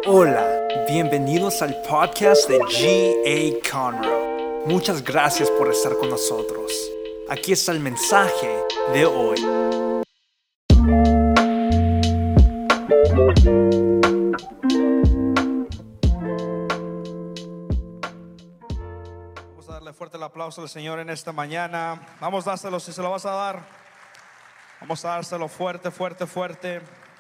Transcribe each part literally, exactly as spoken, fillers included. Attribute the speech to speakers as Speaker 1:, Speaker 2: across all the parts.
Speaker 1: Hola, bienvenidos al podcast de G A Conroe. Muchas gracias por estar con nosotros. Aquí está el mensaje de hoy.
Speaker 2: Vamos a darle fuerte el aplauso al Señor en esta mañana. Vamos a dárselo, si se lo vas a dar. Vamos a dárselo fuerte, fuerte, fuerte.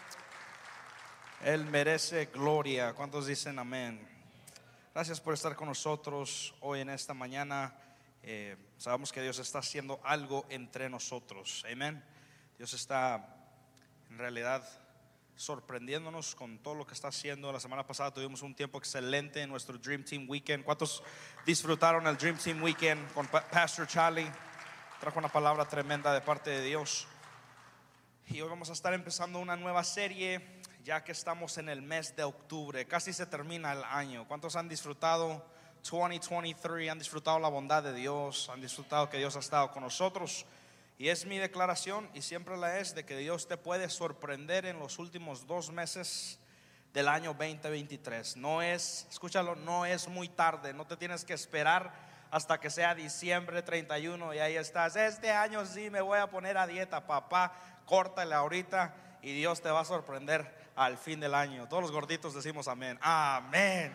Speaker 2: Él merece gloria. ¿Cuántos dicen amén? Gracias por estar con nosotros hoy en esta mañana. eh, Sabemos que Dios está haciendo algo entre nosotros. Amén. Dios está en realidad sorprendiéndonos con todo lo que está haciendo. La semana pasada tuvimos un tiempo excelente en nuestro Dream Team Weekend. ¿Cuántos disfrutaron el Dream Team Weekend con Pastor Charlie? Trajo una palabra tremenda de parte de Dios. Y hoy vamos a estar empezando una nueva serie, ya que estamos en el mes de octubre. Casi se termina el año. ¿Cuántos han disfrutado veinte veintitrés? Han disfrutado la bondad de Dios, han disfrutado que Dios ha estado con nosotros. Y es mi declaración, y siempre la es, de que Dios te puede sorprender en los últimos dos meses del año veinte veintitrés. No es, escúchalo, no es muy tarde. No te tienes que esperar hasta que sea diciembre treinta y uno y ahí estás. Este año sí me voy a poner a dieta, papá. Córtale ahorita y Dios te va a sorprender al fin del año. Todos los gorditos decimos amén. Amén.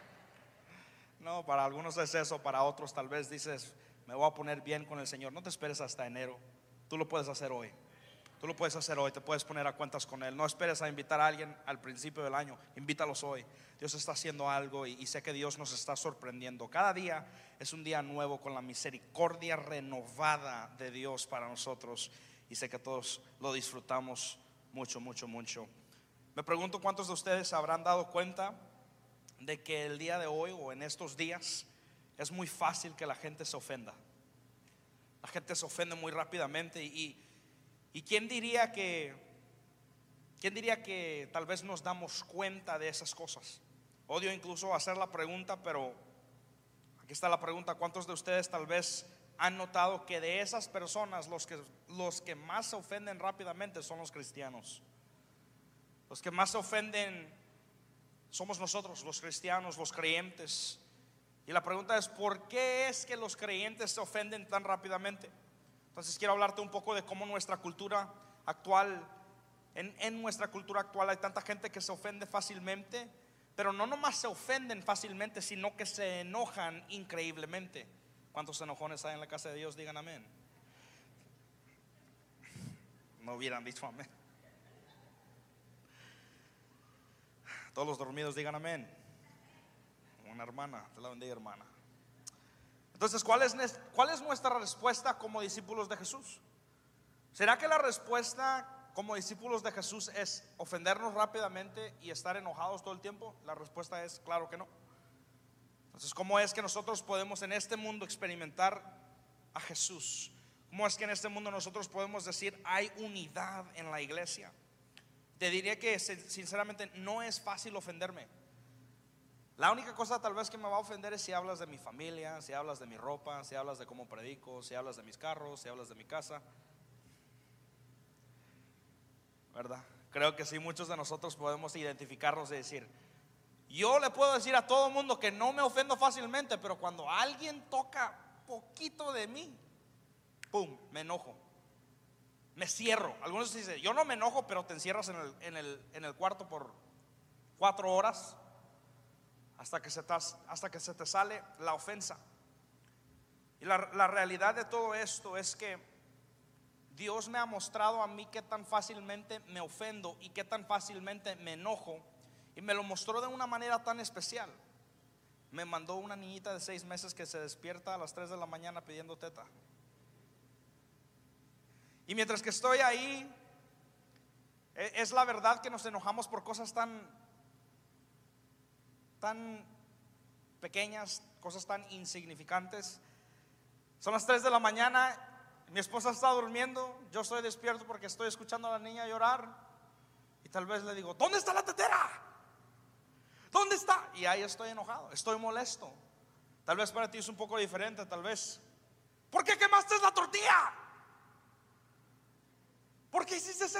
Speaker 2: No, para algunos es eso, para otros tal vez dices, me voy a poner bien con el Señor. No te esperes hasta enero. Tú lo puedes hacer hoy. Tú lo puedes hacer hoy, te puedes poner a cuentas con Él. No esperes a invitar a alguien al principio del año, invítalos hoy. Dios está haciendo algo y, y sé que Dios nos está sorprendiendo. Cada día es un día nuevo con la misericordia renovada de Dios para nosotros. Y sé que todos lo disfrutamos mucho, mucho, mucho. Me pregunto cuántos de ustedes se habrán dado cuenta de que el día de hoy o en estos días es muy fácil que la gente se ofenda. La gente se ofende muy rápidamente y, y quién diría que quién diría que tal vez nos damos cuenta de esas cosas. Odio incluso hacer la pregunta, pero aquí está la pregunta: ¿cuántos de ustedes tal vez han notado que de esas personas los que, los que más se ofenden rápidamente son los cristianos? Los que más se ofenden somos nosotros, los cristianos, los creyentes. Y la pregunta es, ¿por qué es que los creyentes se ofenden tan rápidamente? Entonces quiero hablarte un poco de cómo nuestra cultura actual, en, en nuestra cultura actual hay tanta gente que se ofende fácilmente. Pero no nomás se ofenden fácilmente, sino que se enojan increíblemente. ¿Cuántos enojones hay en la casa de Dios? Digan amén. No hubieran dicho amén. Todos los dormidos digan amén. Una hermana, te la bendiga, hermana. Entonces, ¿cuál es, ¿cuál es nuestra respuesta como discípulos de Jesús? ¿Será que la respuesta como discípulos de Jesús es ofendernos rápidamente y estar enojados todo el tiempo? La respuesta es claro que no. Entonces, ¿cómo es que nosotros podemos en este mundo experimentar a Jesús? ¿Cómo es que en este mundo nosotros podemos decir hay unidad en la iglesia? Te diría que sinceramente no es fácil ofenderme. La única cosa tal vez que me va a ofender es si hablas de mi familia, si hablas de mi ropa, si hablas de cómo predico, si hablas de mis carros, si hablas de mi casa, ¿verdad? Creo que sí, muchos de nosotros podemos identificarnos y decir, yo le puedo decir a todo el mundo que no me ofendo fácilmente, pero cuando alguien toca poquito de mí, pum, me enojo, me cierro. Algunos dicen, yo no me enojo, pero te encierras en el, en el, en el cuarto por cuatro horas hasta que se te, hasta que se te sale la ofensa. Y la, la realidad de todo esto es que Dios me ha mostrado a mí qué tan fácilmente me ofendo y qué tan fácilmente me enojo. Y me lo mostró de una manera tan especial. Me mandó una niñita de seis meses que se despierta a las tres de la mañana pidiendo teta. Y mientras que estoy ahí, es la verdad que nos enojamos por cosas tan Tan pequeñas, cosas tan insignificantes. Son las tres de la mañana, mi esposa está durmiendo, yo estoy despierto porque estoy escuchando a la niña llorar. Y tal vez le digo, ¿dónde está la tetera? ¿Dónde está? Y ahí estoy enojado, estoy molesto. Tal vez para ti es un poco diferente, tal vez. ¿Por qué quemaste la tortilla? ¿Por qué hiciste eso?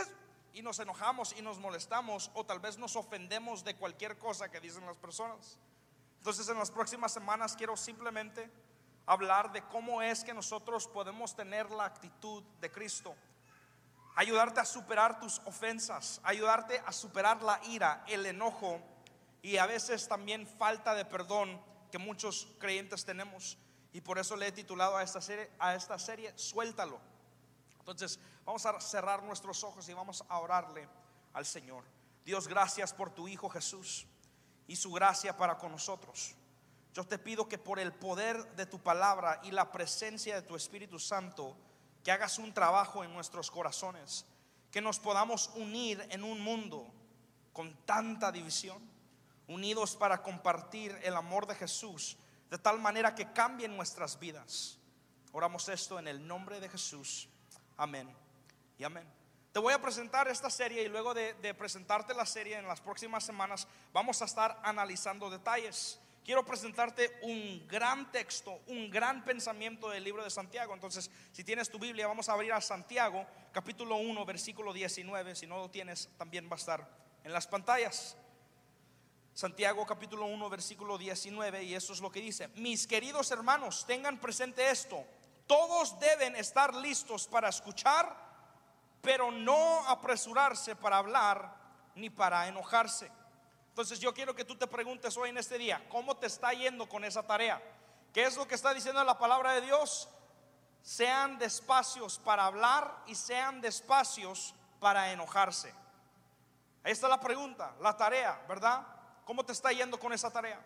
Speaker 2: y nos enojamos y nos molestamos, o tal vez nos ofendemos de cualquier cosa que dicen las personas. Entonces en las próximas semanas quiero simplemente hablar de cómo es que nosotros podemos tener la actitud de Cristo, ayudarte a superar tus ofensas, ayudarte a superar la ira, el enojo y a veces también falta de perdón que muchos creyentes tenemos. Y por eso le he titulado a esta serie, a esta serie Suéltalo. Entonces vamos a cerrar nuestros ojos y vamos a orarle al Señor. Dios, gracias por tu Hijo Jesús y su gracia para con nosotros. Yo te pido que por el poder de tu palabra y la presencia de tu Espíritu Santo, que hagas un trabajo en nuestros corazones, que nos podamos unir en un mundo con tanta división, unidos para compartir el amor de Jesús de tal manera que cambien nuestras vidas. Oramos esto en el nombre de Jesús. Amén y amén. Te voy a presentar esta serie y luego de, de presentarte la serie en las próximas semanas vamos a estar analizando detalles. Quiero presentarte un gran texto, un gran pensamiento del libro de Santiago. Entonces, si tienes tu Biblia, vamos a abrir a Santiago, capítulo uno, versículo diecinueve. Si no lo tienes, también va a estar en las pantallas. Santiago, capítulo uno, versículo diecinueve, y eso es lo que dice: mis queridos hermanos, tengan presente esto. Todos deben estar listos para escuchar, pero no apresurarse para hablar ni para enojarse. Entonces yo quiero que tú te preguntes hoy en este día, ¿cómo te está yendo con esa tarea? ¿Qué es lo que está diciendo la palabra de Dios? Sean despacios para hablar y sean despacios para enojarse. Ahí está la pregunta, la tarea, ¿verdad? ¿Cómo te está yendo con esa tarea?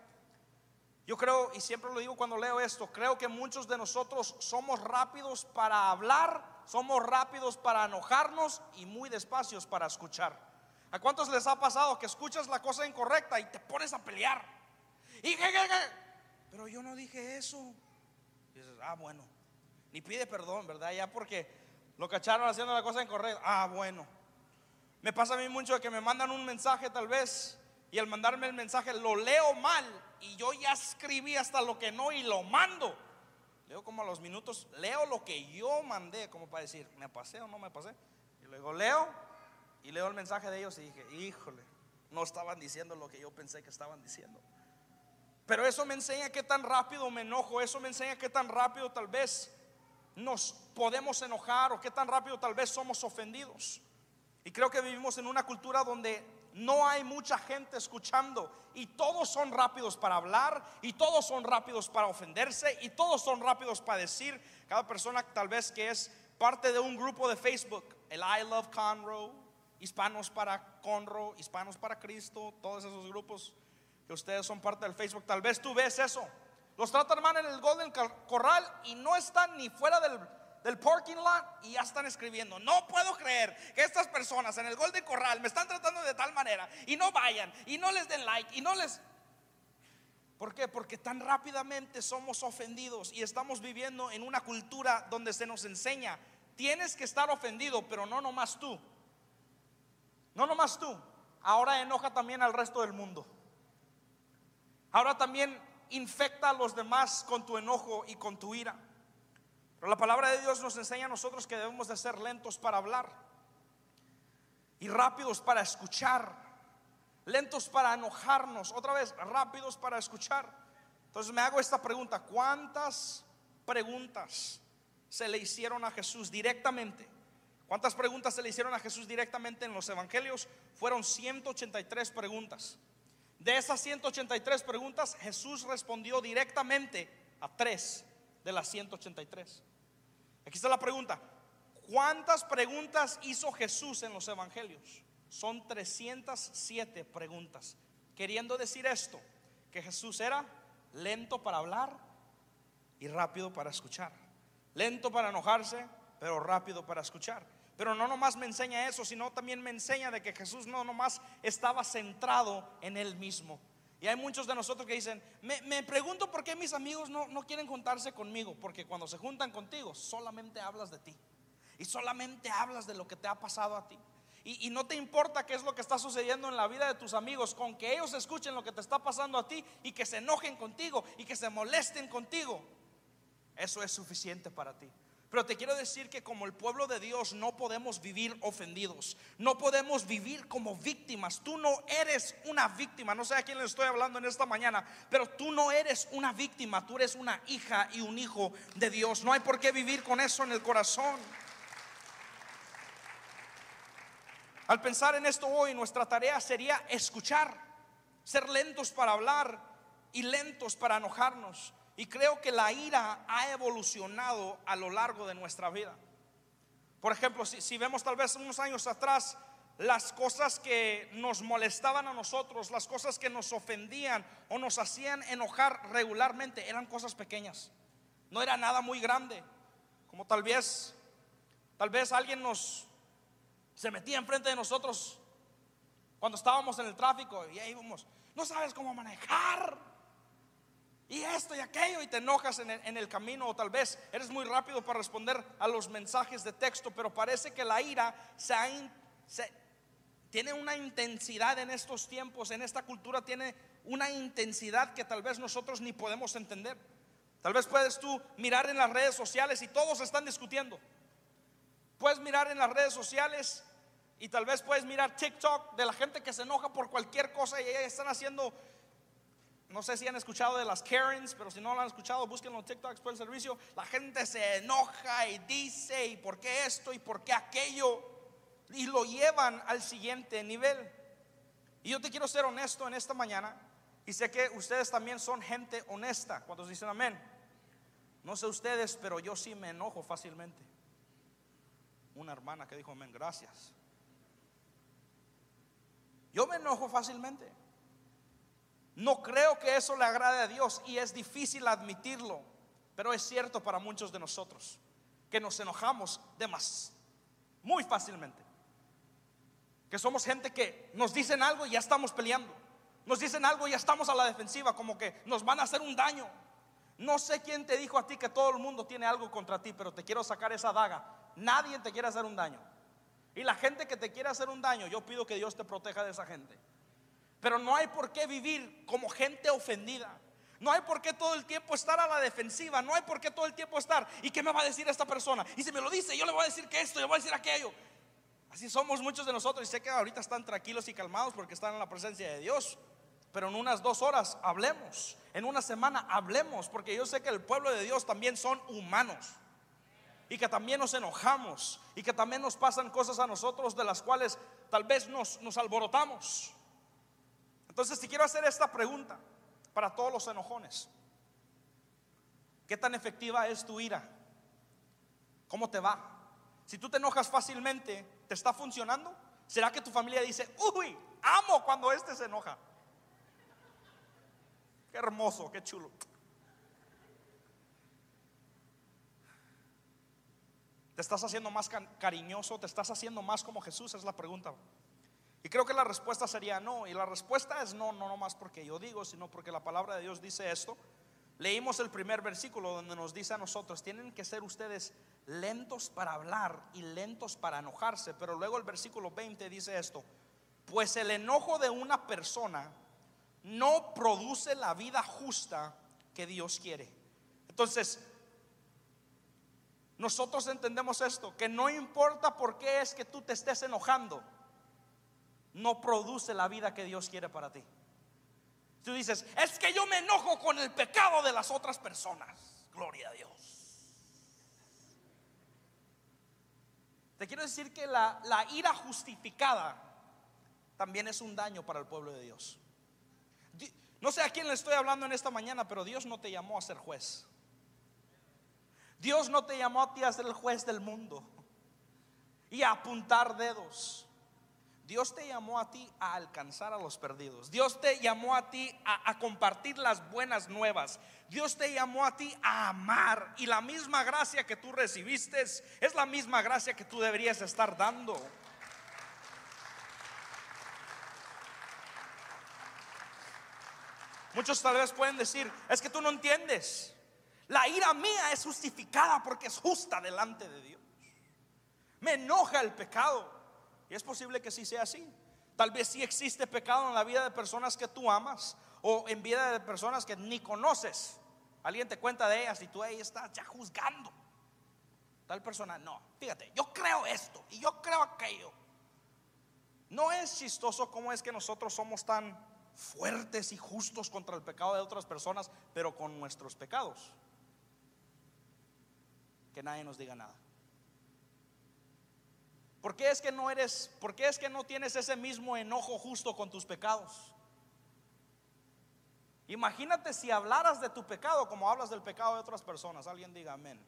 Speaker 2: Yo creo, y siempre lo digo cuando leo esto, creo que muchos de nosotros somos rápidos para hablar, somos rápidos para enojarnos y muy despacios para escuchar. ¿A cuántos les ha pasado que escuchas la cosa incorrecta y te pones a pelear? Y que, que, que, pero yo no dije eso. Y dices, ah, bueno, ni pide perdón, ¿verdad? Ya porque lo cacharon haciendo la cosa incorrecta. Ah, bueno. Me pasa a mí mucho que me mandan un mensaje tal vez, y al mandarme el mensaje lo leo mal, y yo ya escribí hasta lo que no y lo mando. Leo como a los minutos, leo lo que yo mandé, como para decir, ¿me pasé o no me pasé? Y luego leo y leo el mensaje de ellos y dije, híjole, no estaban diciendo lo que yo pensé que estaban diciendo. Pero eso me enseña qué tan rápido me enojo. Eso me enseña qué tan rápido tal vez nos podemos enojar, o qué tan rápido tal vez somos ofendidos. Y creo que vivimos en una cultura donde no hay mucha gente escuchando, y todos son rápidos para hablar, y todos son rápidos para ofenderse, y todos son rápidos para decir. Cada persona tal vez que es parte de un grupo de Facebook, el I Love Conroe, Hispanos para Conroe, Hispanos para Cristo, todos esos grupos que ustedes son parte del Facebook, tal vez tú ves eso. Los tratan mal en el Golden Corral y no están ni fuera del del parking lot y ya están escribiendo, no puedo creer que estas personas en el Golden Corral me están tratando de tal manera, y no vayan y no les den like y no les... ¿Por qué? Porque tan rápidamente somos ofendidos y estamos viviendo en una cultura donde se nos enseña, tienes que estar ofendido, pero no nomás tú, no nomás tú. Ahora enoja también al resto del mundo. Ahora también infecta a los demás con tu enojo y con tu ira. Pero la palabra de Dios nos enseña a nosotros que debemos de ser lentos para hablar y rápidos para escuchar, lentos para enojarnos, otra vez rápidos para escuchar. Entonces me hago esta pregunta: ¿cuántas preguntas se le hicieron a Jesús directamente? ¿Cuántas preguntas se le hicieron a Jesús directamente en los evangelios? Fueron ciento ochenta y tres preguntas. De esas ciento ochenta y tres preguntas, Jesús respondió directamente a tres de las ciento ochenta y tres. Aquí está la pregunta: ¿cuántas preguntas hizo Jesús en los evangelios? Son trescientas siete preguntas. Queriendo decir esto, que Jesús era lento para hablar y rápido para escuchar. Lento para enojarse, pero rápido para escuchar. Pero no nomás me enseña eso, sino también me enseña de que Jesús no nomás estaba centrado en Él mismo. Y hay muchos de nosotros que dicen, me, me pregunto por qué mis amigos no, no quieren juntarse conmigo. Porque cuando se juntan contigo solamente hablas de ti, y solamente hablas de lo que te ha pasado a ti, y, y no te importa qué es lo que está sucediendo en la vida de tus amigos. Con que ellos escuchen lo que te está pasando a ti y que se enojen contigo y que se molesten contigo, eso es suficiente para ti. Pero te quiero decir que como el pueblo de Dios no podemos vivir ofendidos, no podemos vivir como víctimas. Tú no eres una víctima, no sé a quién le estoy hablando en esta mañana, pero tú no eres una víctima, tú eres una hija y un hijo de Dios. No hay por qué vivir con eso en el corazón. Al pensar en esto hoy, nuestra tarea sería escuchar, ser lentos para hablar y lentos para enojarnos. Y creo que la ira ha evolucionado a lo largo de nuestra vida. Por ejemplo, si, si vemos tal vez unos años atrás, las cosas que nos molestaban a nosotros, las cosas que nos ofendían o nos hacían enojar regularmente, eran cosas pequeñas. No era nada muy grande. Como tal vez, tal vez alguien nos se metía enfrente de nosotros cuando estábamos en el tráfico y ahí íbamos, no sabes cómo manejar. Y esto y aquello, y te enojas en el, en el camino, o tal vez eres muy rápido para responder a los mensajes de texto, pero parece que la ira se ha, se, tiene una intensidad en estos tiempos, en esta cultura tiene una intensidad que tal vez nosotros ni podemos entender. Tal vez puedes tú mirar en las redes sociales y todos están discutiendo. Puedes mirar en las redes sociales y tal vez puedes mirar TikTok de la gente que se enoja por cualquier cosa y ellas están haciendo. No sé si han escuchado de las Karens, pero si no lo han escuchado, búsquenlo en TikTok después del servicio. La gente se enoja y dice, ¿y por qué esto? ¿Y por qué aquello? Y lo llevan al siguiente nivel. Y yo te quiero ser honesto en esta mañana, y sé que ustedes también son gente honesta. ¿Cuántos dicen amén? No sé ustedes, pero yo sí me enojo fácilmente. Una hermana que dijo amén, gracias. Yo me enojo fácilmente. No creo que eso le agrade a Dios y es difícil admitirlo, pero es cierto para muchos de nosotros que nos enojamos de más, muy fácilmente. Que somos gente que nos dicen algo y ya estamos peleando, nos dicen algo y ya estamos a la defensiva, como que nos van a hacer un daño. No sé quién te dijo a ti que todo el mundo tiene algo contra ti, pero te quiero sacar esa daga. Nadie te quiere hacer un daño. Y la gente que te quiere hacer un daño, yo pido que Dios te proteja de esa gente. Pero no hay por qué vivir como gente ofendida. No hay por qué todo el tiempo estar a la defensiva. No hay por qué todo el tiempo estar, ¿y qué me va a decir esta persona? Y si me lo dice, yo le voy a decir que esto, yo voy a decir aquello. Así somos muchos de nosotros. Y sé que ahorita están tranquilos y calmados porque están en la presencia de Dios. Pero en unas dos horas hablemos, en una semana hablemos, porque yo sé que el pueblo de Dios también son humanos y que también nos enojamos y que también nos pasan cosas a nosotros de las cuales tal vez nos, nos alborotamos. Entonces te quiero hacer esta pregunta para todos los enojones: ¿qué tan efectiva es tu ira? ¿Cómo te va? Si tú te enojas fácilmente, ¿te está funcionando? ¿Será que tu familia dice, uy, amo cuando este se enoja? Qué hermoso, qué chulo. ¿Te estás haciendo más cariñoso? ¿Te estás haciendo más como Jesús? Es la pregunta. Y creo que la respuesta sería no. Y la respuesta es no, no más porque yo digo, sino porque la palabra de Dios dice esto. Leímos el primer versículo donde nos dice a nosotros: tienen que ser ustedes lentos para hablar y lentos para enojarse. Pero luego el versículo veinte dice esto: pues el enojo de una persona no produce la vida justa que Dios quiere. Entonces, nosotros entendemos esto, que no importa por qué es que tú te estés enojando, no produce la vida que Dios quiere para ti. Tú dices, es que yo me enojo con el pecado de las otras personas. Gloria a Dios. Te quiero decir que la, la ira justificada también es un daño para el pueblo de Dios. No sé a quién le estoy hablando en esta mañana, pero Dios no te llamó a ser juez. Dios no te llamó a ti a ser el juez del mundo y a apuntar dedos. Dios te llamó a ti a alcanzar a los perdidos. Dios te llamó a ti a, a compartir las buenas nuevas. Dios te llamó a ti a amar. Y la misma gracia que tú recibiste es la misma gracia que tú deberías estar dando. Muchos tal vez pueden decir, es que tú no entiendes. La ira mía es justificada porque es justa delante de Dios. Me enoja el pecado. Y es posible que sí sea así. Tal vez sí existe pecado en la vida de personas que tú amas, o en vida de personas que ni conoces. Alguien te cuenta de ellas y tú ahí estás ya juzgando. Tal persona, no, fíjate, yo creo esto y yo creo aquello. No es chistoso cómo es que nosotros somos tan fuertes y justos contra el pecado de otras personas, pero con nuestros pecados que nadie nos diga nada. ¿Por qué es que no eres, por qué es que no tienes ese mismo enojo justo con tus pecados? Imagínate si hablaras de tu pecado como hablas del pecado de otras personas. Alguien diga amén.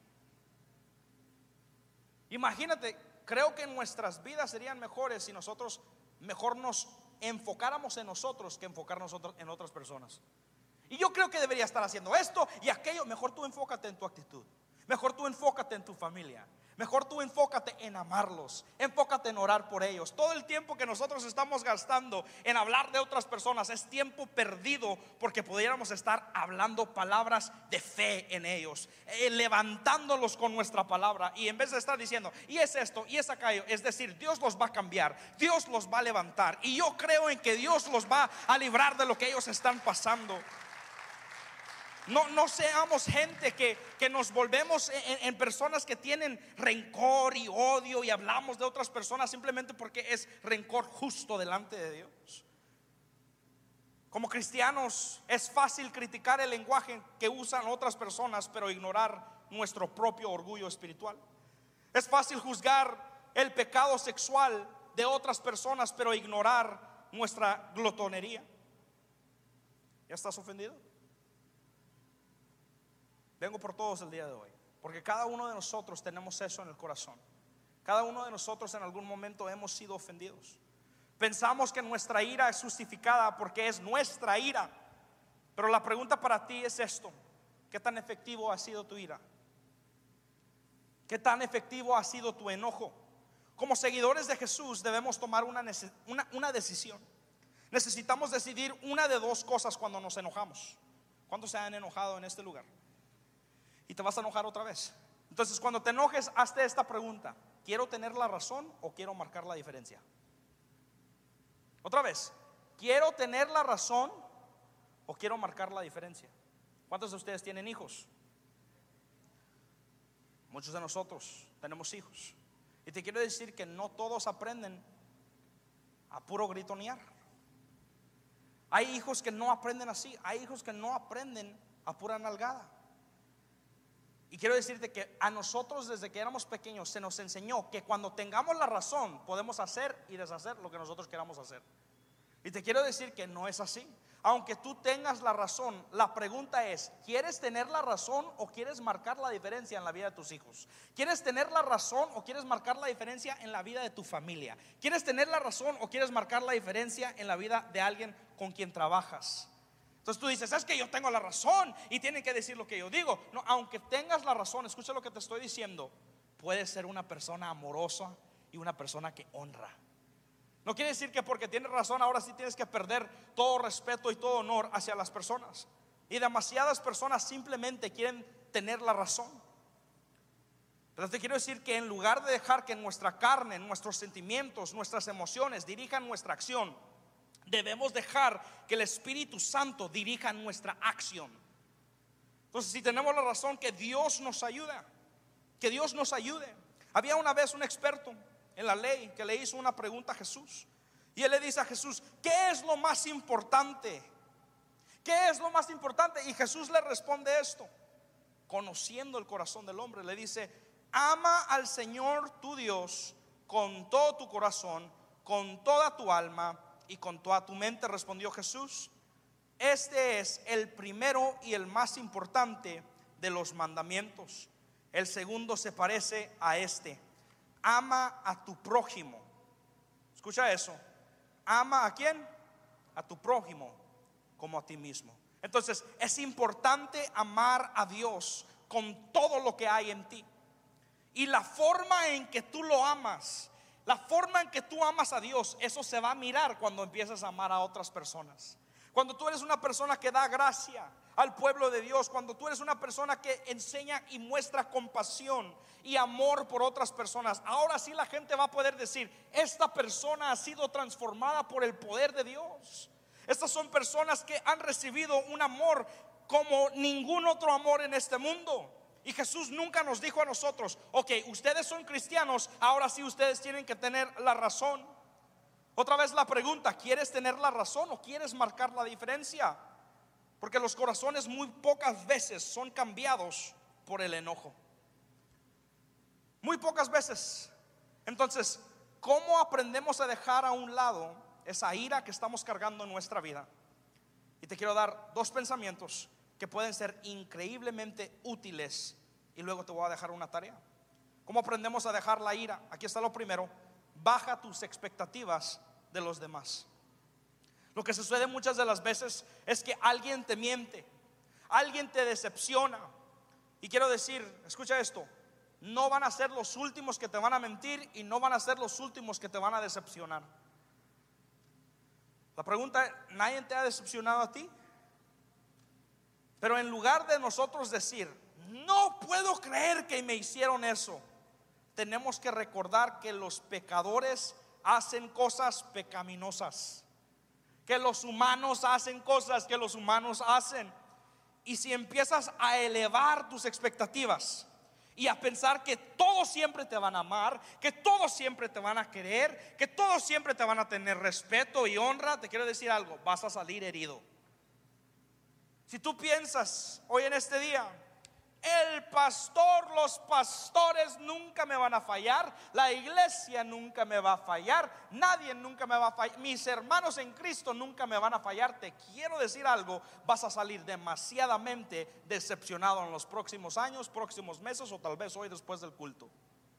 Speaker 2: Imagínate, creo que nuestras vidas serían mejores si nosotros mejor nos enfocáramos en nosotros que enfocarnos en otras personas. Y yo creo que debería estar haciendo esto y aquello. Mejor tú enfócate en tu actitud. Mejor tú enfócate en tu familia. Mejor tú enfócate en amarlos. Enfócate en orar por ellos. Todo el tiempo que nosotros estamos gastando en hablar de otras personas es tiempo perdido, porque pudiéramos estar hablando palabras de fe en ellos, eh, levantándolos con nuestra palabra. Y en vez de estar diciendo, y es esto, y es aquello, es decir, Dios los va a cambiar, Dios los va a levantar. Y yo creo en que Dios los va a librar de lo que ellos están pasando. No, no seamos gente que, que nos volvemos en, en personas que tienen rencor y odio y hablamos de otras personas simplemente porque es rencor justo delante de Dios. Como cristianos es fácil criticar el lenguaje que usan otras personas, pero ignorar nuestro propio orgullo espiritual. Es fácil juzgar el pecado sexual de otras personas, pero ignorar nuestra glotonería. ¿Ya estás ofendido? Vengo por todos el día de hoy, porque cada uno de nosotros tenemos eso en el corazón. Cada uno de nosotros en algún momento hemos sido ofendidos. Pensamos que nuestra ira es justificada porque es nuestra ira. Pero la pregunta para ti es esto: ¿qué tan efectivo ha sido tu ira? ¿Qué tan efectivo ha sido tu enojo? Como seguidores de Jesús debemos tomar una, una, una decisión. Necesitamos decidir una de dos cosas cuando nos enojamos. ¿Cuántos se han enojado en este lugar? Y te vas a enojar otra vez. Entonces, cuando te enojes, hazte esta pregunta: ¿quiero tener la razón o quiero marcar la diferencia? Otra vez, ¿quiero tener la razón o quiero marcar la diferencia? ¿Cuántos de ustedes tienen hijos? Muchos de nosotros tenemos hijos. Y te quiero decir que no todos aprenden a puro gritonear. Hay hijos que no aprenden así. Hay hijos que no aprenden a pura nalgada. Y quiero decirte que a nosotros desde que éramos pequeños se nos enseñó que cuando tengamos la razón podemos hacer y deshacer lo que nosotros queramos hacer. Y te quiero decir que no es así. Aunque tú tengas la razón, la pregunta es: ¿quieres tener la razón o quieres marcar la diferencia en la vida de tus hijos? ¿Quieres tener la razón o quieres marcar la diferencia en la vida de tu familia? ¿Quieres tener la razón o quieres marcar la diferencia en la vida de alguien con quien trabajas? Entonces tú dices: es que yo tengo la razón y tienen que decir lo que yo digo. No, aunque tengas la razón, escucha lo que te estoy diciendo, puedes ser una persona amorosa y una persona que honra. No quiere decir que porque tienes razón ahora sí tienes que perder todo respeto y todo honor hacia las personas. Y demasiadas personas simplemente quieren tener la razón. Pero te quiero decir que en lugar de dejar que nuestra carne, nuestros sentimientos, nuestras emociones dirijan nuestra acción, debemos dejar que el Espíritu Santo dirija nuestra acción. Entonces, si tenemos la razón, que Dios nos ayude. Que Dios nos ayude. Había una vez un experto en la ley que le hizo una pregunta a Jesús. Y él le dice a Jesús: ¿qué es lo más importante? ¿Qué es lo más importante? Y Jesús le responde esto, conociendo el corazón del hombre. Le dice: ama al Señor tu Dios con todo tu corazón, con toda tu alma y con toda tu mente. Respondió Jesús: este es el primero y el más importante de los mandamientos. El segundo se parece a este: ama a tu prójimo. Escucha eso: ama a quién? A tu prójimo como a ti mismo. Entonces es importante amar a Dios con todo lo que hay en ti. Y la forma en que tú lo amas, la forma en que tú amas a Dios, eso se va a mirar cuando empiezas a amar a otras personas. Cuando tú eres una persona que da gracia al pueblo de Dios, cuando tú eres una persona que enseña y muestra compasión y amor por otras personas, ahora sí la gente va a poder decir: esta persona ha sido transformada por el poder de Dios. Estas son personas que han recibido un amor como ningún otro amor en este mundo. Y Jesús nunca nos dijo a nosotros: ok, ustedes son cristianos, ahora sí ustedes tienen que tener la razón. Otra vez la pregunta: ¿quieres tener la razón o quieres marcar la diferencia? Porque los corazones muy pocas veces son cambiados por el enojo. Muy pocas veces. Entonces, ¿cómo aprendemos a dejar a un lado esa ira que estamos cargando en nuestra vida? Y te quiero dar dos pensamientos que pueden ser increíblemente útiles, y luego te voy a dejar una tarea. ¿Cómo aprendemos a dejar la ira? Aquí está lo primero: baja tus expectativas de los demás. Lo que sucede muchas de las veces es que alguien te miente, alguien te decepciona. Y quiero decir, escucha esto: no van a ser los últimos que te van a mentir y no van a ser los últimos que te van a decepcionar. La pregunta es: ¿nadie te ha decepcionado a ti? Pero en lugar de nosotros decir: no puedo creer que me hicieron eso, tenemos que recordar que los pecadores hacen cosas pecaminosas, que los humanos hacen cosas que los humanos hacen. Y si empiezas a elevar tus expectativas y a pensar que todos siempre te van a amar, que todos siempre te van a querer, que todos siempre te van a tener respeto y honra, te quiero decir algo: vas a salir herido. Si tú piensas hoy en este día: el pastor, los pastores nunca me van a fallar, la iglesia nunca me va a fallar, nadie nunca me va a fallar, mis hermanos en Cristo nunca me van a fallar, te quiero decir algo: vas a salir demasiadamente decepcionado en los próximos años, próximos meses, o tal vez hoy después del culto.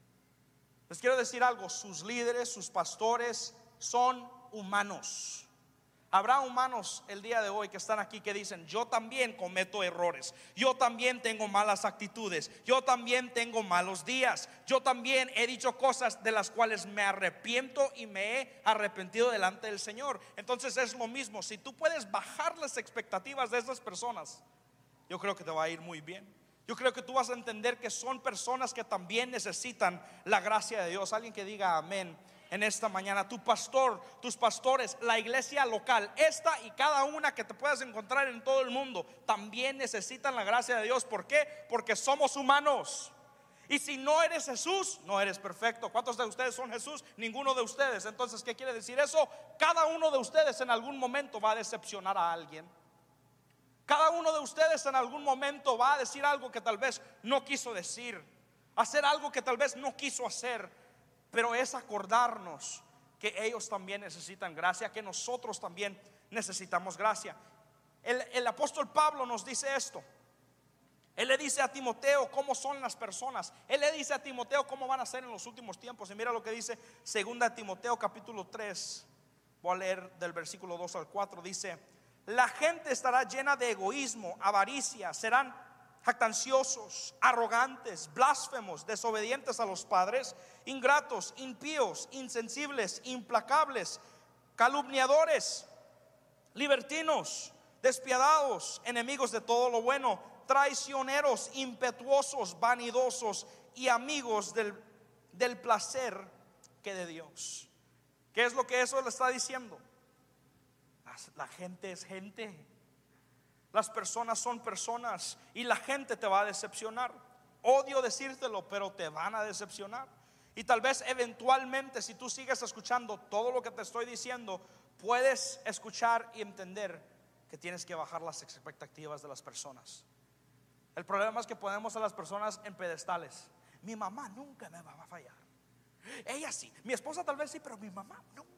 Speaker 2: Les quiero decir algo: sus líderes, sus pastores son humanos. Habrá humanos el día de hoy que están aquí que dicen: yo también cometo errores, yo también tengo malas actitudes, yo también tengo malos días, yo también he dicho cosas de las cuales me arrepiento y me he arrepentido delante del Señor. Entonces es lo mismo: si tú puedes bajar las expectativas de esas personas, yo creo que te va a ir muy bien. Yo creo que tú vas a entender que son personas que también necesitan la gracia de Dios. Alguien que diga amén en esta mañana. Tu pastor, tus pastores, la iglesia local, esta y cada una que te puedas encontrar en todo el mundo, también necesitan la gracia de Dios. ¿Por qué? Porque somos humanos. Y si no eres Jesús, no eres perfecto. ¿Cuántos de ustedes son Jesús? Ninguno de ustedes. Entonces, ¿qué quiere decir eso? Cada uno de ustedes en algún momento va a decepcionar a alguien. Cada uno de ustedes en algún momento va a decir algo que tal vez no quiso decir, hacer algo que tal vez no quiso hacer. Pero es acordarnos que ellos también necesitan gracia, que nosotros también necesitamos gracia. El, el apóstol Pablo nos dice esto. Él le dice a Timoteo cómo son las personas. Él le dice a Timoteo cómo van a ser en los últimos tiempos. Y mira lo que dice segunda Timoteo capítulo tres. Voy a leer del versículo dos al cuatro. Dice: la gente estará llena de egoísmo, avaricia, serán jactanciosos, arrogantes, blasfemos, desobedientes a los padres, ingratos, impíos, insensibles, implacables, calumniadores, libertinos, despiadados, enemigos de todo lo bueno, traicioneros, impetuosos, vanidosos y amigos del, del placer que de Dios. ¿Qué es lo que eso le está diciendo? La gente es gente. Las personas son personas y la gente te va a decepcionar. Odio decírtelo, pero te van a decepcionar. Y tal vez eventualmente, si tú sigues escuchando todo lo que te estoy diciendo, puedes escuchar y entender que tienes que bajar las expectativas de las personas. El problema es que ponemos a las personas en pedestales. Mi mamá nunca me va a fallar. Ella sí, mi esposa tal vez sí, pero mi mamá nunca.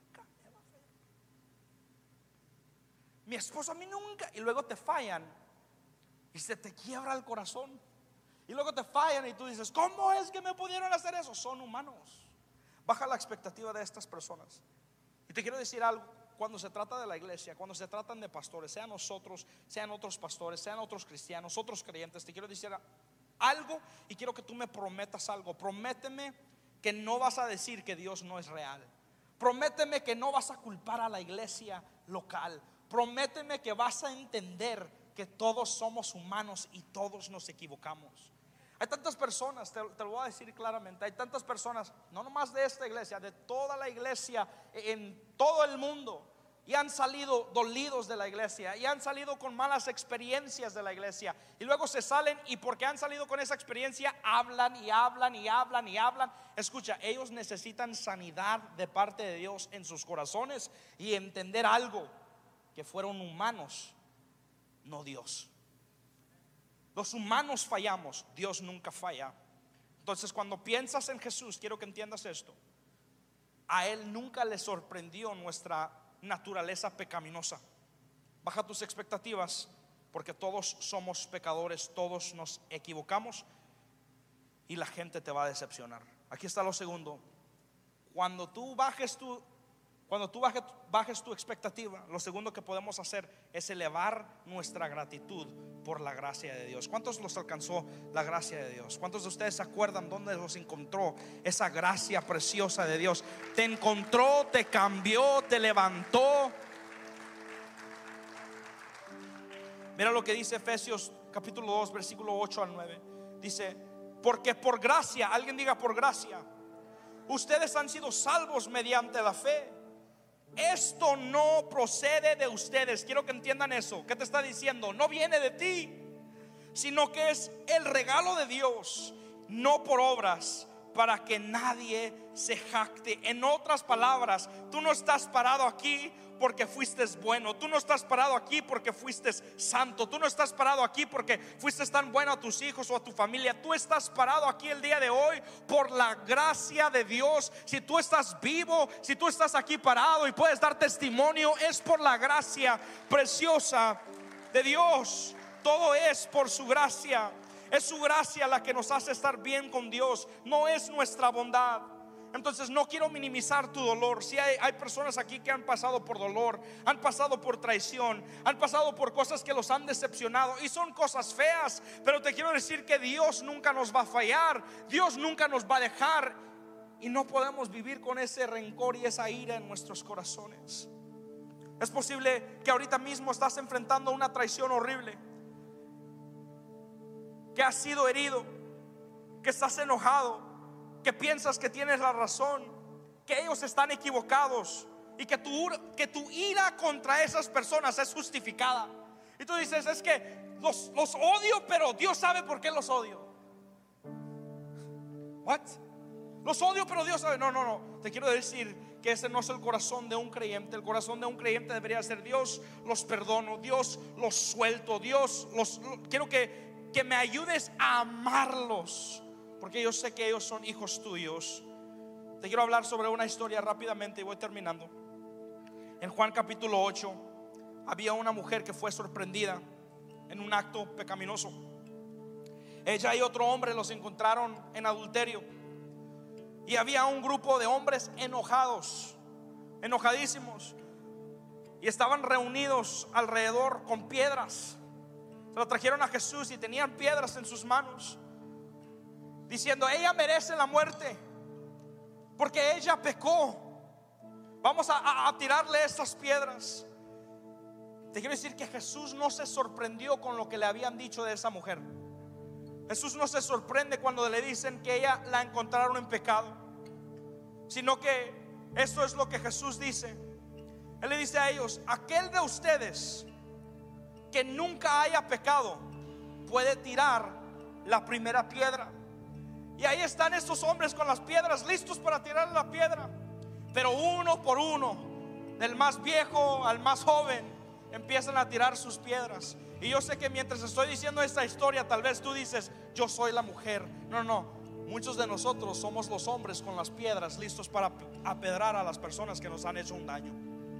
Speaker 2: Mi esposo a mí nunca. Y luego te fallan y se te quiebra el corazón. Y luego te fallan y tú dices: ¿cómo es que me pudieron hacer eso? Son humanos. Baja la expectativa de estas personas. Y te quiero decir algo: cuando se trata de la iglesia, cuando se tratan de pastores, sean nosotros, sean otros pastores, sean otros cristianos, otros creyentes, te quiero decir algo y quiero que tú me prometas algo. Prométeme que no vas a decir que Dios no es real. Prométeme que no vas a culpar a la iglesia local. Prométeme que vas a entender que todos somos humanos y todos nos equivocamos. Hay tantas personas, te, te lo voy a decir claramente, hay tantas personas, no nomás de esta iglesia, de toda la iglesia en todo el mundo, y han salido dolidos de la iglesia y han salido con malas experiencias de la iglesia, y luego se salen y porque han salido con esa experiencia hablan y hablan y hablan y hablan. Escucha, ellos necesitan sanidad de parte de Dios en sus corazones y entender algo, que fueron humanos, no Dios. Los humanos fallamos, Dios nunca falla. Entonces, cuando piensas en Jesús, quiero que entiendas esto: a Él nunca le sorprendió nuestra naturaleza pecaminosa. Baja tus expectativas, porque todos somos pecadores, todos nos equivocamos y la gente te va a decepcionar. Aquí está lo segundo: cuando tú bajes tu Cuando tú bajes, bajes tu expectativa, lo segundo que podemos hacer es elevar nuestra gratitud por la gracia de Dios. ¿Cuántos los alcanzó la gracia de Dios? ¿Cuántos de ustedes se acuerdan dónde los encontró esa gracia preciosa de Dios? Te encontró, te cambió, te levantó. Mira lo que dice Efesios capítulo dos, versículo ocho al nueve. Dice: porque por gracia, alguien diga por gracia, ustedes han sido salvos mediante la fe. Esto no procede de ustedes. Quiero que entiendan eso. ¿Qué te está diciendo? No viene de ti, sino que es el regalo de Dios, no por obras, para que nadie se jacte. En otras palabras, tú no estás parado aquí porque fuiste bueno. Tú no estás parado aquí porque fuiste santo. Tú no estás parado aquí porque fuiste tan bueno a tus hijos o a tu familia. Tú estás parado aquí el día de hoy por la gracia de Dios. Si tú estás vivo, si tú estás aquí parado y puedes dar testimonio, es por la gracia preciosa de Dios. Todo es por su gracia. Es su gracia la que nos hace estar bien con Dios, no es nuestra bondad. Entonces no quiero minimizar tu dolor. Si hay, hay personas aquí que han pasado por dolor, han pasado por traición, han pasado por cosas que los han decepcionado, y son cosas feas, pero te quiero decir que Dios nunca nos va a fallar, Dios nunca nos va a dejar, y no podemos vivir con ese rencor y esa ira en nuestros corazones. Es posible que ahorita mismo estás enfrentando una traición horrible, que has sido herido, que estás enojado, que piensas que tienes la razón, que ellos están equivocados, y que tu, que tu ira contra esas personas es justificada. Y tú dices: es que los, los odio, pero Dios sabe por qué los odio. What? Los odio, pero Dios sabe. No, no, no. Te quiero decir que ese no es el corazón de un creyente. El corazón de un creyente debería ser: Dios, los perdono, Dios, los suelto, Dios, los, los quiero que, que me ayudes a amarlos, porque yo sé que ellos son hijos tuyos. Te quiero hablar sobre una historia rápidamente y voy terminando. En Juan capítulo ocho había una mujer que fue sorprendida en un acto pecaminoso. Ella y otro hombre los encontraron en adulterio, y había un grupo de hombres enojados, enojadísimos, y estaban reunidos alrededor con piedras. Se lo trajeron a Jesús y tenían piedras en sus manos, diciendo: ella merece la muerte porque ella pecó. Vamos a, a, a tirarle estas piedras. Te quiero decir que Jesús no se sorprendió con lo que le habían dicho de esa mujer. Jesús no se sorprende cuando le dicen que ella la encontraron en pecado, sino que esto es lo que Jesús dice. Él le dice a ellos: aquel de ustedes que nunca haya pecado puede tirar la primera piedra. Y ahí están estos hombres con las piedras, listos para tirar la piedra. Pero uno por uno, del más viejo al más joven, empiezan a tirar sus piedras. Y yo sé que mientras estoy diciendo esta historia, tal vez tú dices: yo soy la mujer. No, no, muchos de nosotros somos los hombres con las piedras, listos para apedrar a las personas que nos han hecho un daño.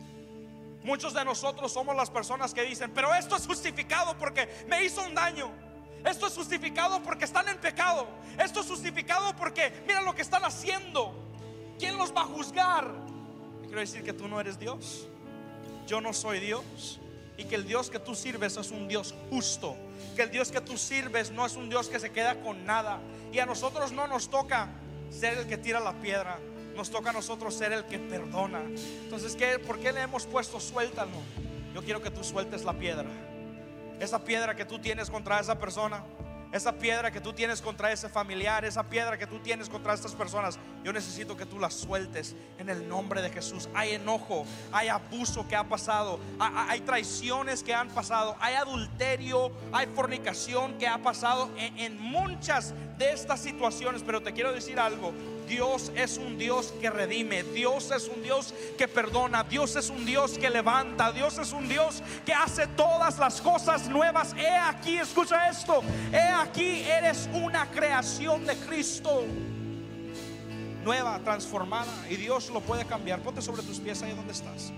Speaker 2: Muchos de nosotros somos las personas que dicen: pero esto es justificado porque me hizo un daño. Esto es justificado porque están en pecado. Esto es justificado porque mira lo que están haciendo. ¿Quién los va a juzgar? Quiero decir que tú no eres Dios, yo no soy Dios, y que el Dios que tú sirves es un Dios justo. Que el Dios que tú sirves no es un Dios que se queda con nada. Y a nosotros no nos toca ser el que tira la piedra, nos toca a nosotros ser el que perdona. Entonces, ¿qué, ¿por qué le hemos puesto suéltalo? Yo quiero que tú sueltes la piedra. Esa piedra que tú tienes contra esa persona, esa piedra que tú tienes contra ese familiar, esa piedra que tú tienes contra estas personas, yo necesito que tú la sueltes en el nombre de Jesús. Hay enojo, hay abuso que ha pasado, hay traiciones que han pasado, hay adulterio, hay fornicación que ha pasado en, en muchas de estas situaciones. Pero te quiero decir algo: Dios es un Dios que redime, Dios es un Dios que perdona, Dios es un Dios que levanta, Dios es un Dios que hace todas las cosas nuevas. He aquí, escucha esto, he aquí eres una creación de Cristo, nueva, transformada, y Dios lo puede cambiar. Ponte sobre tus pies ahí donde estás.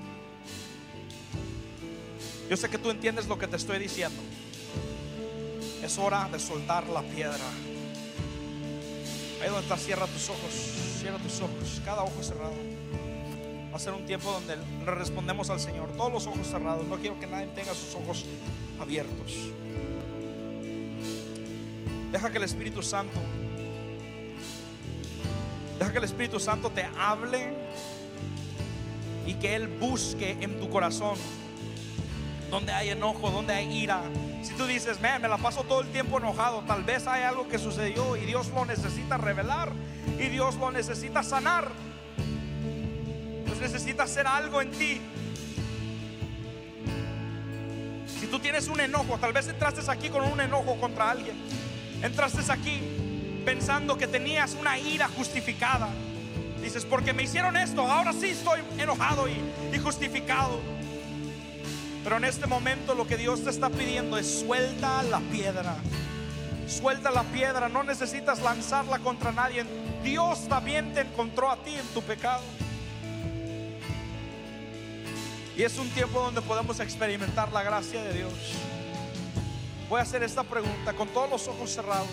Speaker 2: Yo sé que tú entiendes lo que te estoy diciendo. Es hora de soltar la piedra. Ahí donde estás, cierra tus ojos, cierra tus ojos, cada ojo cerrado. Va a ser un tiempo donde le respondemos al Señor, todos los ojos cerrados. No quiero que nadie tenga sus ojos abiertos. Deja que el Espíritu Santo Deja que el Espíritu Santo te hable y que Él busque en tu corazón donde hay enojo, donde hay ira. Si tú dices, man, me la paso todo el tiempo enojado, tal vez hay algo que sucedió y Dios lo necesita revelar, y Dios lo necesita sanar. Dios necesita hacer algo en ti. Si tú tienes un enojo, tal vez entraste aquí con un enojo contra alguien, entraste aquí pensando que tenías una ira justificada. Dices, porque me hicieron esto, ahora sí estoy enojado y, y justificado. Pero en este momento lo que Dios te está pidiendo es: suelta la piedra. Suelta la piedra. No necesitas lanzarla contra nadie. Dios también te encontró a ti en tu pecado. Y es un tiempo donde podemos experimentar la gracia de Dios. Voy a hacer esta pregunta con todos los ojos cerrados.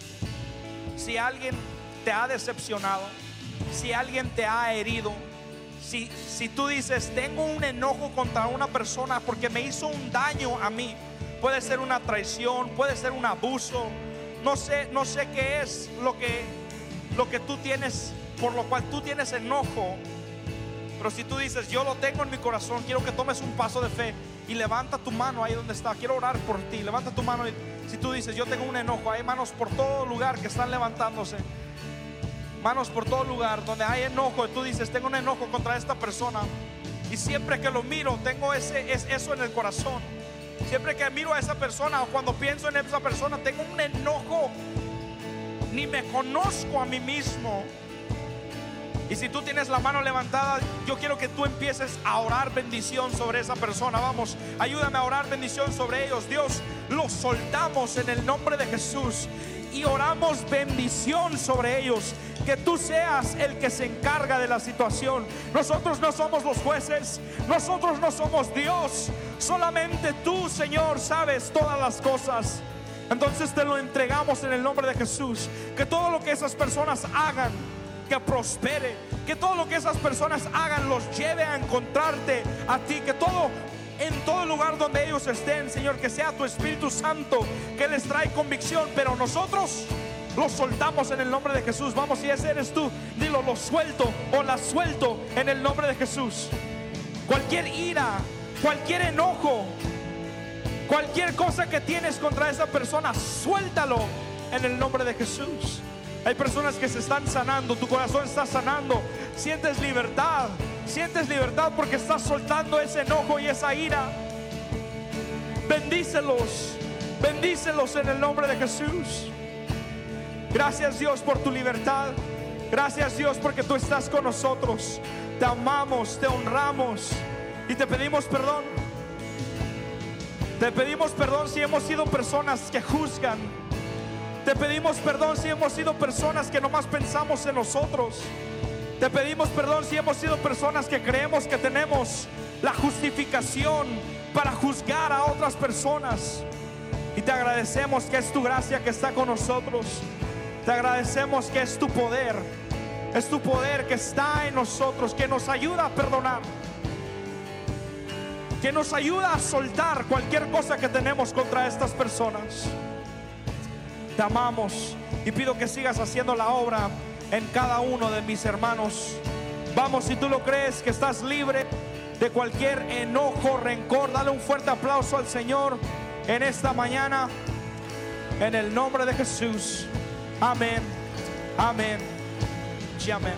Speaker 2: Si alguien te ha decepcionado, si alguien te ha herido, Si, si tú dices, tengo un enojo contra una persona porque me hizo un daño a mí, puede ser una traición, puede ser un abuso, no sé, no sé qué es lo que, lo que tú tienes, por lo cual tú tienes enojo. Pero si tú dices, yo lo tengo en mi corazón, quiero que tomes un paso de fe y levanta tu mano ahí donde está. Quiero orar por ti. Levanta tu mano. Y si tú dices, yo tengo un enojo, hay manos por todo lugar que están levantándose. Manos por todo lugar donde hay enojo, y tú dices, tengo un enojo contra esta persona, y siempre que lo miro tengo ese, es, eso en el corazón. Siempre que miro a esa persona, o cuando pienso en esa persona, tengo un enojo. Ni me conozco a mí mismo. Y si tú tienes la mano levantada, yo quiero que tú empieces a orar bendición sobre esa persona. Vamos, ayúdame a orar bendición sobre ellos. Dios, los soltamos en el nombre de Jesús y oramos bendición sobre ellos. Que tú seas el que se encarga de la situación. Nosotros no somos los jueces, nosotros no somos Dios. Solamente tú, Señor, sabes todas las cosas. Entonces te lo entregamos en el nombre de Jesús. Que todo lo que esas personas hagan, que prospere. Que todo lo que esas personas hagan los lleve a encontrarte a ti. Que todo, en todo lugar donde ellos estén, Señor, que sea tu Espíritu Santo que les trae convicción. Pero nosotros los soltamos en el nombre de Jesús. Vamos, si ese eres tú, dilo, lo suelto o la suelto en el nombre de Jesús. Cualquier ira, cualquier enojo, cualquier cosa que tienes contra esa persona, suéltalo en el nombre de Jesús. Hay personas que se están sanando, tu corazón está sanando, sientes libertad, sientes libertad porque estás soltando ese enojo y esa ira. Bendícelos, bendícelos en el nombre de Jesús. Gracias, Dios, por tu libertad. Gracias, Dios, porque tú estás con nosotros. Te amamos, te honramos y te pedimos perdón. Te pedimos perdón si hemos sido personas que juzgan. Te pedimos perdón si hemos sido personas que nomás pensamos en nosotros. Te pedimos perdón si hemos sido personas que creemos que tenemos la justificación para juzgar a otras personas. Y te agradecemos que es tu gracia que está con nosotros. Te agradecemos que es tu poder, es tu poder que está en nosotros, que nos ayuda a perdonar, que nos ayuda a soltar cualquier cosa que tenemos contra estas personas. Te amamos y pido que sigas haciendo la obra en cada uno de mis hermanos. Vamos, si tú lo crees, que estás libre de cualquier enojo, rencor, dale un fuerte aplauso al Señor en esta mañana. En el nombre de Jesús. Amén. Amén. Y amén.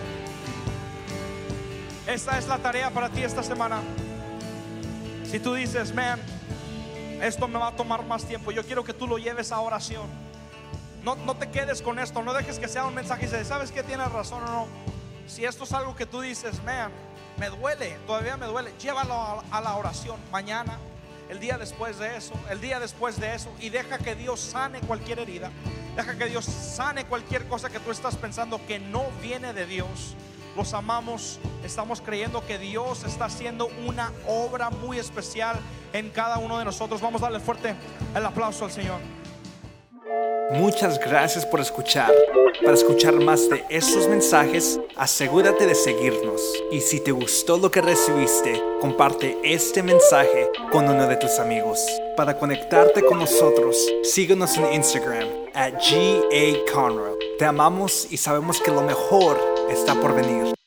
Speaker 2: Esta es la tarea para ti esta semana. Si tú dices, man, esto me va a tomar más tiempo, yo quiero que tú lo lleves a oración. No, no te quedes con esto. No dejes que sea un mensaje y dices, ¿sabes qué? Tienes razón o no. Si esto es algo que tú dices, man, me duele, todavía me duele, llévalo a, a la oración mañana, el día después de eso, el día después de eso, y deja que Dios sane cualquier herida. Deja que Dios sane cualquier cosa que tú estás pensando que no viene de Dios. Los amamos, estamos creyendo que Dios está haciendo una obra muy especial en cada uno de nosotros. Vamos a darle fuerte el aplauso al Señor.
Speaker 1: Muchas gracias por escuchar. Para escuchar más de estos mensajes, asegúrate de seguirnos. Y si te gustó lo que recibiste, comparte este mensaje con uno de tus amigos. Para conectarte con nosotros, síguenos en Instagram at G A Conroe. Te amamos y sabemos que lo mejor está por venir.